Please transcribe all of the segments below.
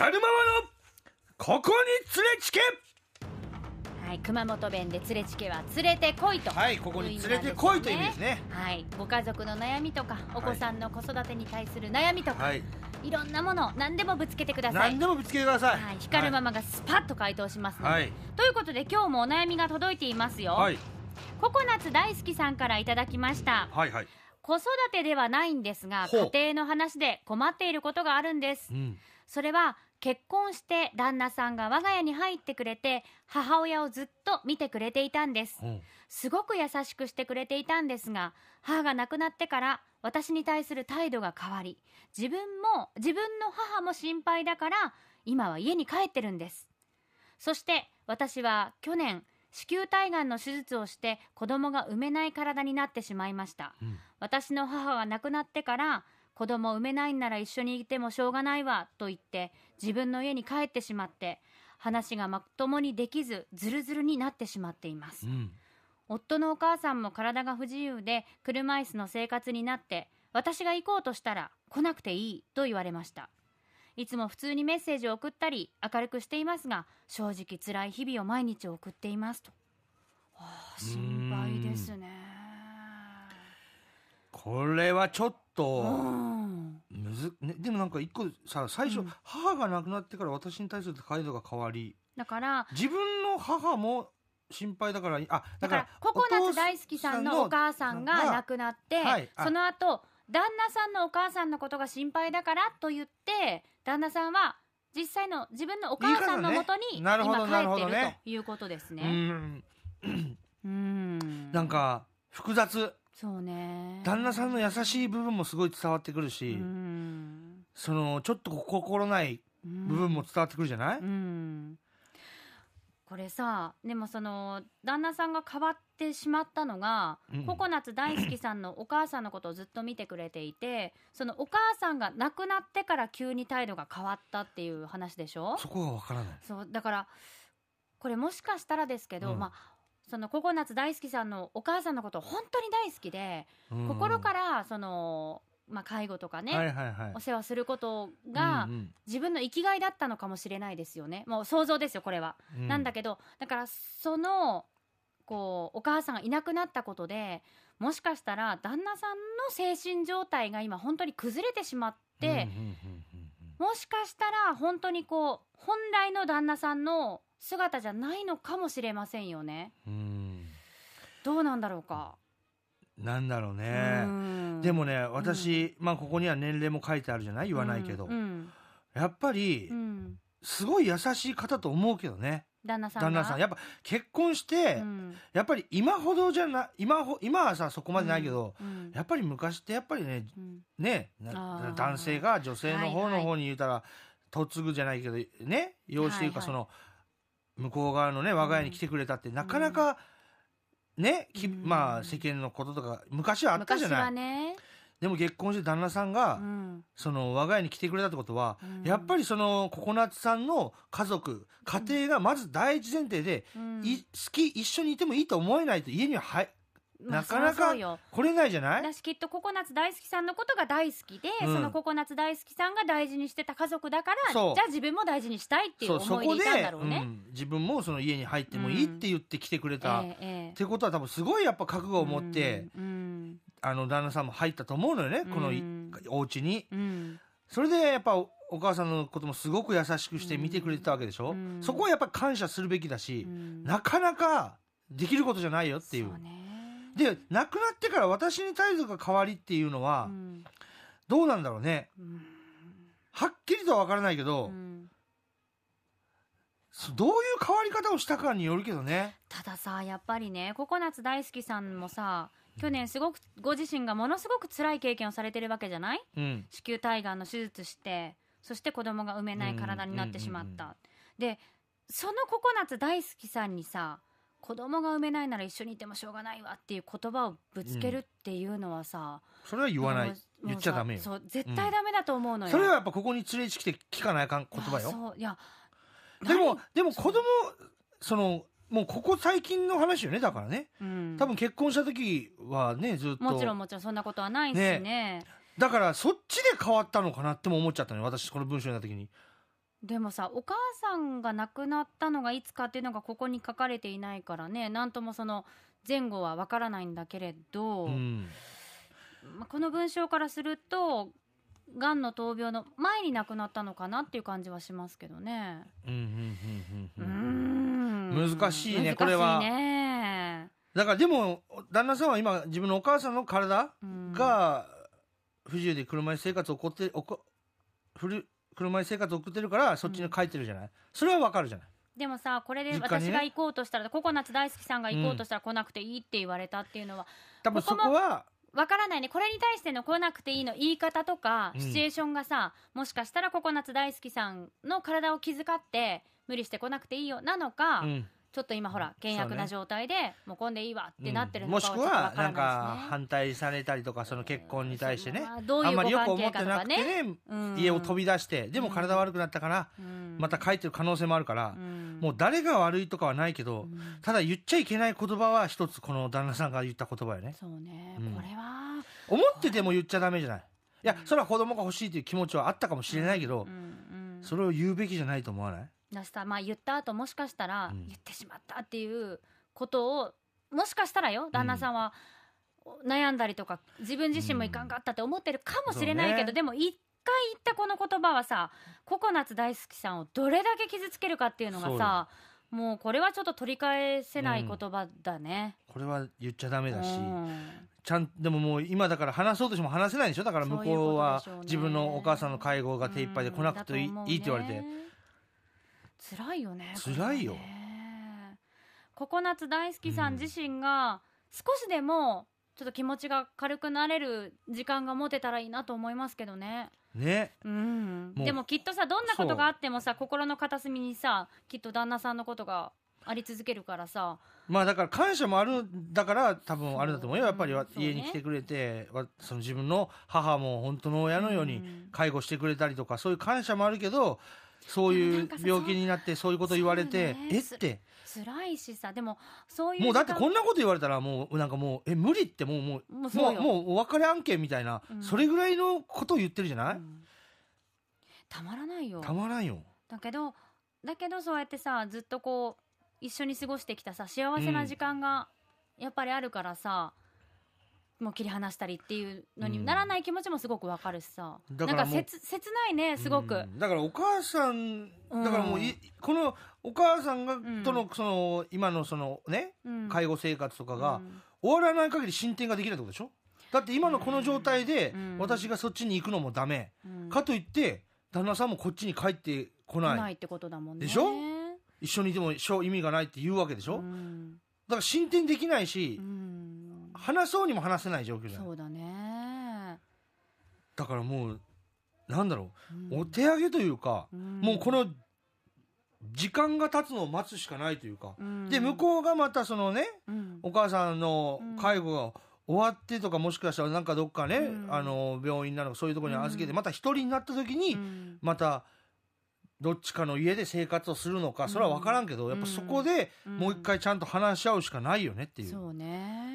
光ママのここに連れちけ。 はい、熊本弁で連れちけは連れてこいと、 はい、ここに連れてこいという意味ですね。 はい、ご家族の悩みとかお子さんの子育てに対する悩みとか、 はい、 いろんなもの何でもぶつけてください。 何でもぶつけてください。 はい、光ママがスパッと回答しますので、 はい、 ということで今日もお悩みが届いていますよ。 はい、 ココナッツ大好きさんからいただきました。 はいはい、 子育てではないんですが、家庭の話で困っていることがあるんです、それは結婚して旦那さんが我が家に入ってくれて母親をずっと見てくれていたんです、すごく優しくしてくれていたんですが、母が亡くなってから私に対する態度が変わり、自分の母も心配だから今は家に帰ってるんです。そして私は去年子宮体がんの手術をして子供が産めない体になってしまいました、私の母が亡くなってから子供を産めないんなら一緒にいてもしょうがないわと言って自分の家に帰ってしまって、話がまともにできずズルズルになってしまっています、夫のお母さんも体が不自由で車椅子の生活になって、私が行こうとしたら来なくていいと言われました。いつも普通にメッセージを送ったり明るくしていますが、正直辛い日々を毎日送っていますと。心配ですね。 これはちょっとね、でもなんか一個さ、最初、母が亡くなってから私に対する態度が変わり、 だから自分の母も心配だから、 だからココナッツ大好きさんのお母さんが亡くなって、その後旦那さんのお母さんのことが心配だからと言って、旦那さんは実際の自分のお母さんのもとに今帰ってるということですね。 なんか複雑。 そうね。 旦那さんの優しい部分もすごい伝わってくるし、そのちょっと心ない部分も伝わってくるじゃない。 これさ、でもその旦那さんが変わってしまったのが、ココナッツ大好きさんのお母さんのことをずっと見てくれていて、そのお母さんが亡くなってから急に態度が変わったっていう話でしょ。 そこがわからない。 そうだからこれもしかしたらですけど、そのココナッツ大好きさんのお母さんのことを本当に大好きで、心からその介護とかね、お世話することが自分の生きがいだったのかもしれないですよね。もう想像ですよこれは、なんだけど、だからそのこうお母さんがいなくなったことで、もしかしたら旦那さんの精神状態が今本当に崩れてしまって、もしかしたら本当にこう本来の旦那さんの姿じゃないのかもしれませんよね。どうなんだろうか。 なんだろうね。でもね、私、ここには年齢も書いてあるじゃない、言わないけど、やっぱり、すごい優しい方と思うけどね、 旦那さんやっぱ結婚して、やっぱり今ほどじゃない、今はさそこまでないけど、やっぱり昔ってやっぱりね、男性が女性の方に言うたら嫁ぐじゃないけどね、養子というか、その向こう側のね我が家に来てくれたってなかなかね、世間のこととか昔はあったじゃない。昔はね。でも結婚して旦那さんが、その我が家に来てくれたってことは、やっぱりそのココナッツさんの家族家庭がまず第一前提で、一緒にいてもいいと思えないと家にはなかなか来れないじゃない。 私きっとココナッツ大好きさんのことが大好きで、そのココナッツ大好きさんが大事にしてた家族だから、じゃあ自分も大事にしたいっていう思いでいたんだろうね。 自分もその家に入ってもいいって言って来てくれた、ってことは多分すごいやっぱ覚悟を持って、旦那さんも入ったと思うのよね、このお家に。それでやっぱお母さんのこともすごく優しくして見てくれてたわけでしょ。そこはやっぱ感謝するべきだし、なかなかできることじゃないよっていう。で亡くなってから私に態度が変わりっていうのは、どうなんだろうね、はっきりとは分からないけど、どういう変わり方をしたかによるけどね。 たださ、やっぱりね、ココナッツ大好きさんもさ、去年すごくご自身がものすごく辛い経験をされてるわけじゃない、子宮体がんの手術して、そして子供が産めない体になってしまった、でそのココナッツ大好きさんにさ、子供が産めないなら一緒にいてもしょうがないわっていう言葉をぶつけるっていうのはさ、 それは言わない、言っちゃダメよ。 そう絶対ダメだと思うのよ、 それはやっぱここに連れてきて聞かないかん言葉よ。 そういや、 でも子供、そのもうここ最近の話よね、だからね、多分結婚した時はね、ずっともちろんそんなことはないしね。 だからそっちで変わったのかなっても思っちゃったね、私この文章読んだ時に。 でもさ、お母さんが亡くなったのがいつかっていうのがここに書かれていないからね、なんともその前後はわからないんだけれど、この文章からするとがんの闘病の前に亡くなったのかなっていう感じはしますけどね。 難しいね、これは。だからでも旦那さんは今自分のお母さんの体が不自由で車椅子生活を送って車椅子生活を送ってるからそっちに帰ってるじゃない、それはわかるじゃない。 でもさ、これで私が行こうとしたら、ココナッツ大好きさんが行こうとしたら来なくていいって言われたっていうのは、 多分そこはわからないね。これに対しての来なくていいの言い方とかシチュエーションがさ、もしかしたらココナッツ大好きさんの体を気遣って無理して来なくていいよなのか、ちょっと今ほら険悪な状態でもう来んでいいわってなってるのかはちょっとわからないですね。もしくはなんか反対されたりとか、その結婚に対してね、 どういうご関係かとかね、 あんまりよく思ってなくてね、家を飛び出してでも体悪くなったから、また帰ってる可能性もあるから、もう誰が悪いとかはないけど、ただ言っちゃいけない言葉は一つこの旦那さんが言った言葉よね。 そうね、これは思ってても言っちゃダメじゃない。いや、それは子供が欲しいという気持ちはあったかもしれないけど、それを言うべきじゃないと思わない？ だしさ、言った後もしかしたら、言ってしまったっていうことをもしかしたらよ、旦那さんは悩んだりとか自分自身もいかんかったって思ってるかもしれないけど、でも一回言ったこの言葉はさ、ココナッツ大好きさんをどれだけ傷つけるかっていうのがさ、もうこれはちょっと取り返せない言葉だね、 これは言っちゃダメだし、でももう今だから話そうとしても話せないでしょ。だから向こうは自分のお母さんの介護が手一杯で来なくていいって言われて、 辛いよね。 辛いよ。 ココナッツ大好きさん自身が少しでもちょっと気持ちが軽くなれる時間が持てたらいいなと思いますけどね。 でもきっとさ、どんなことがあってもさ、心の片隅にさ、きっと旦那さんのことがあり続けるからさ、 だから感謝もあるんだから、多分あれだと思うよ。やっぱり家に来てくれて、その自分の母も本当の親のように介護してくれたりとか、そういう感謝もあるけど、そういう病気になってそういうこと言われて、って辛いしさ。でもそういうもうだってこんなこと言われたらもうなんかもう無理ってもうお別れ案件みたいな、それぐらいのことを言ってるじゃない、たまらないよ。たまらんよ。 だけどそうやってさ、ずっとこう一緒に過ごしてきたさ、幸せな時間がやっぱりあるからさ、もう切り離したりっていうのにならない気持ちもすごくわかるしさ、なんか切ないね、すごく。 だからお母さん、だからもうこのお母さんがとのその今のそのね、介護生活とかが終わらない限り進展ができないってことでしょ。だって今のこの状態で私がそっちに行くのもダメ、かといって旦那さんもこっちに帰ってこないってことだもんね。 でしょ。一緒にいても意味がないって言うわけでしょ。だから進展できないし、話そうにも話せない状況じゃない。 そうだね。 だからもうなんだろう、お手上げというか、もうこの時間が経つのを待つしかないというか、で向こうがまたそのね、お母さんの介護が終わってとか、もしかしたらなんかどっかね、病院なのかそういうところに預けて、また一人になった時に、またどっちかの家で生活をするのか、それは分からんけど、やっぱそこでもう一回ちゃんと話し合うしかないよねっていう。 そうね。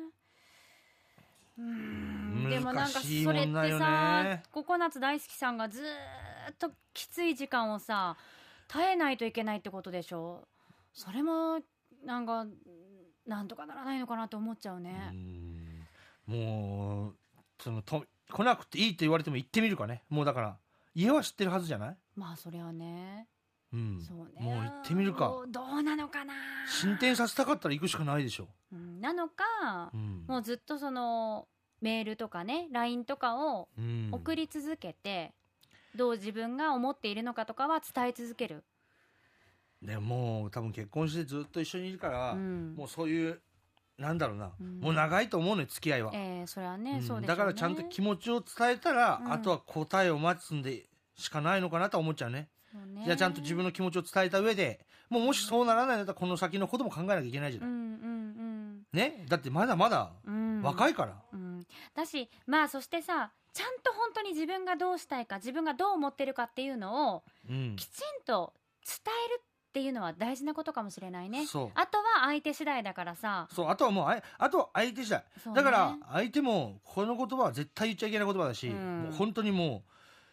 でもなんかそれってさ、ココナッツ大好きさんがずっときつい時間をさ耐えないといけないってことでしょ。それもなんかなんとかならないのかなって思っちゃうね。 もう来なくていいって言われても行ってみるかね。もうだから家は知ってるはずじゃない。 それはね、 そうね、もう行ってみるか。 どうなのかな。 進展させたかったら行くしかないでしょ。 なのか、もうずっとそのメールとかね LINE とかを送り続けて、どう自分が思っているのかとかは伝え続ける。 でも多分結婚してずっと一緒にいるから、もうそういうなんだろうな、もう長いと思うのよ付き合いは。 それはね、そうでしょうね。 だからちゃんと気持ちを伝えたら、あとは答えを待つんでしかないのかなと思っちゃうね。じゃあちゃんと自分の気持ちを伝えた上で、もしそうならないんだったらこの先のことも考えなきゃいけないじゃない、ね。だってまだまだ若いから、 だし、そしてさ、ちゃんと本当に自分がどうしたいか、自分がどう思ってるかっていうのをきちんと伝えるっていうのは大事なことかもしれないね。あとは相手次第だからさ。あとはもうあとは相手次第、だから相手もこの言葉は絶対言っちゃいけない言葉だし、もう本当にもう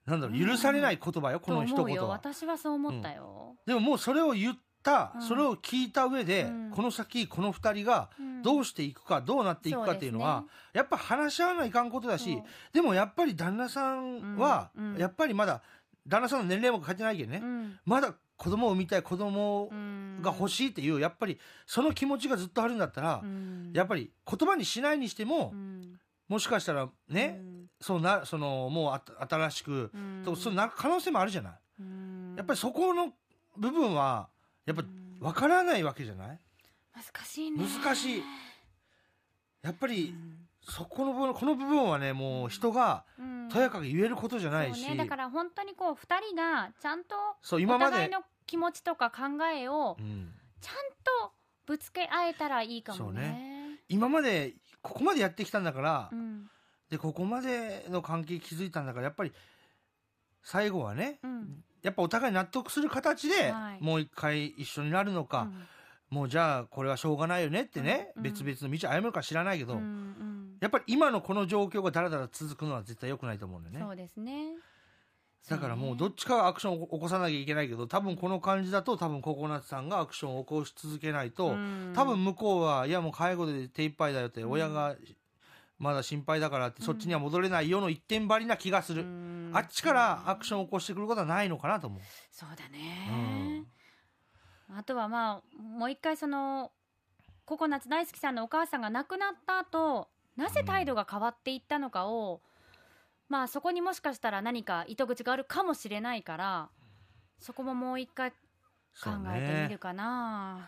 なんだろう、許されない言葉よ、この一言は。 私はそう思ったよ、 でももうそれを言った、それを聞いた上で、この先この2人がどうしていくか、どうなっていくかっていうのは、やっぱ話し合わないかんことだし、でもやっぱり旦那さんは、やっぱりまだ旦那さんの年齢も書いてないけどね、まだ子供を産みたい、子供が欲しいっていう、やっぱりその気持ちがずっとあるんだったら、やっぱり言葉にしないにしても、もしかしたらね、そのもう新しく、そうなる可能性もあるじゃない。やっぱりそこの部分はやっぱ分からないわけじゃない。 難しいね。 難しい。やっぱり、この部分はね、もう人がとやかく言えることじゃないし、 だから本当にこう2人がちゃんとお今まで互いの気持ちとか考えをちゃんとぶつけ合えたらいいかもね。 今までここまでやってきたんだから、でここまでの関係築いたんだから、やっぱり最後はね、やっぱお互い納得する形でもう一回一緒になるのか、もうじゃあこれはしょうがないよねってね、別々の道歩むか知らないけど、やっぱり今のこの状況がだらだら続くのは絶対良くないと思うんだよね。 そうですね。 だからもうどっちかがアクションを起こさなきゃいけないけど、多分この感じだと、多分ココナッツさんがアクションを起こし続けないと、多分向こうはいやもう介護で手一杯だよって、親がまだ心配だからってそっちには戻れないよの一点張りな気がする。あっちからアクションを起こしてくることはないのかなと思う。 そうだね、あとはまあもう一回そのココナッツ大好きさんのお母さんが亡くなった後、なぜ態度が変わっていったのかを、まあそこにもしかしたら何か糸口があるかもしれないから、そこももう一回考えてみるかな。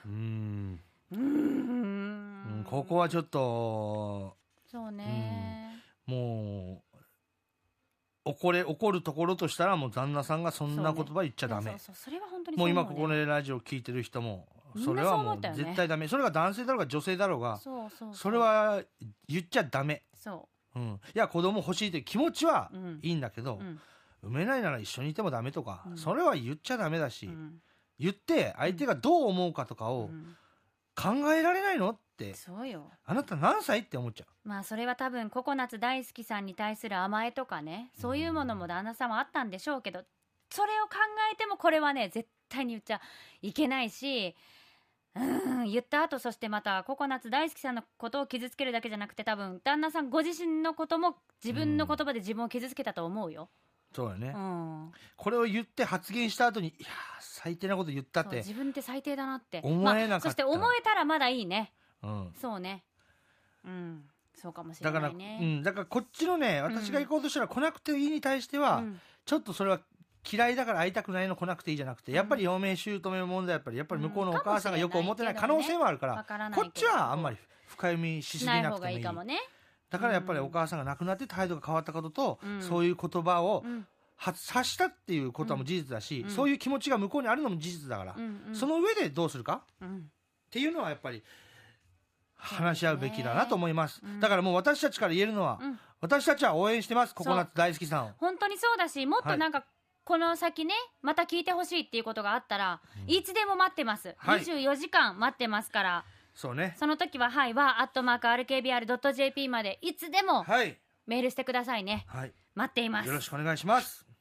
ここはちょっとそうね、 もう怒るところとしたら、もう旦那さんがそんな言葉言っちゃダメ。 それは本当にもう今ここでラジオ聞いてる人もそれはもう絶対ダメ。それが男性だろうが女性だろうが、それは言っちゃダメ。いや子供欲しいという気持ちはいいんだけど、産めないなら一緒にいてもダメとか、それは言っちゃダメだし、言って相手がどう思うかとかを考えられないのって。 そうよ。 あなた何歳って思っちゃう。 まあそれは多分ココナッツ大好きさんに対する甘えとかね、そういうものも旦那さんはあったんでしょうけど、それを考えてもこれはね絶対に言っちゃいけないし、言った後、そしてまたココナッツ大好きさんのことを傷つけるだけじゃなくて、多分旦那さんご自身のことも自分の言葉で自分を傷つけたと思うよ。 そうだね、これを言って発言した後に、いや最低なこと言ったって自分って最低だなって思えなかった、 そして思えたらまだいいね、そうね、そうかもしれないね。 だからこっちのね、私が行こうとしたら来なくていいに対しては、ちょっとそれは嫌いだから会いたくないの来なくていいじゃなくて、やっぱり嫁姑問題、やっぱり向こうのお母さんがよく思ってない可能性もあるから、こっちはあんまり深読みしすぎなくてもいい。だからやっぱりお母さんが亡くなって態度が変わったことと、そういう言葉を発したっていうことはもう事実だし、そういう気持ちが向こうにあるのも事実だから、その上でどうするかっていうのはやっぱり話し合うべきだなと思います。だからもう私たちから言えるのは、私たちは応援してます、ココナッツ大好きさんを。 本当にそうだし、もっとなんか、この先ねまた聞いてほしいっていうことがあったら、いつでも待ってます、24時間待ってますから。 そうね、 その時は@rkbr.jp までいつでもメールしてくださいね。待っています。 よろしくお願いします。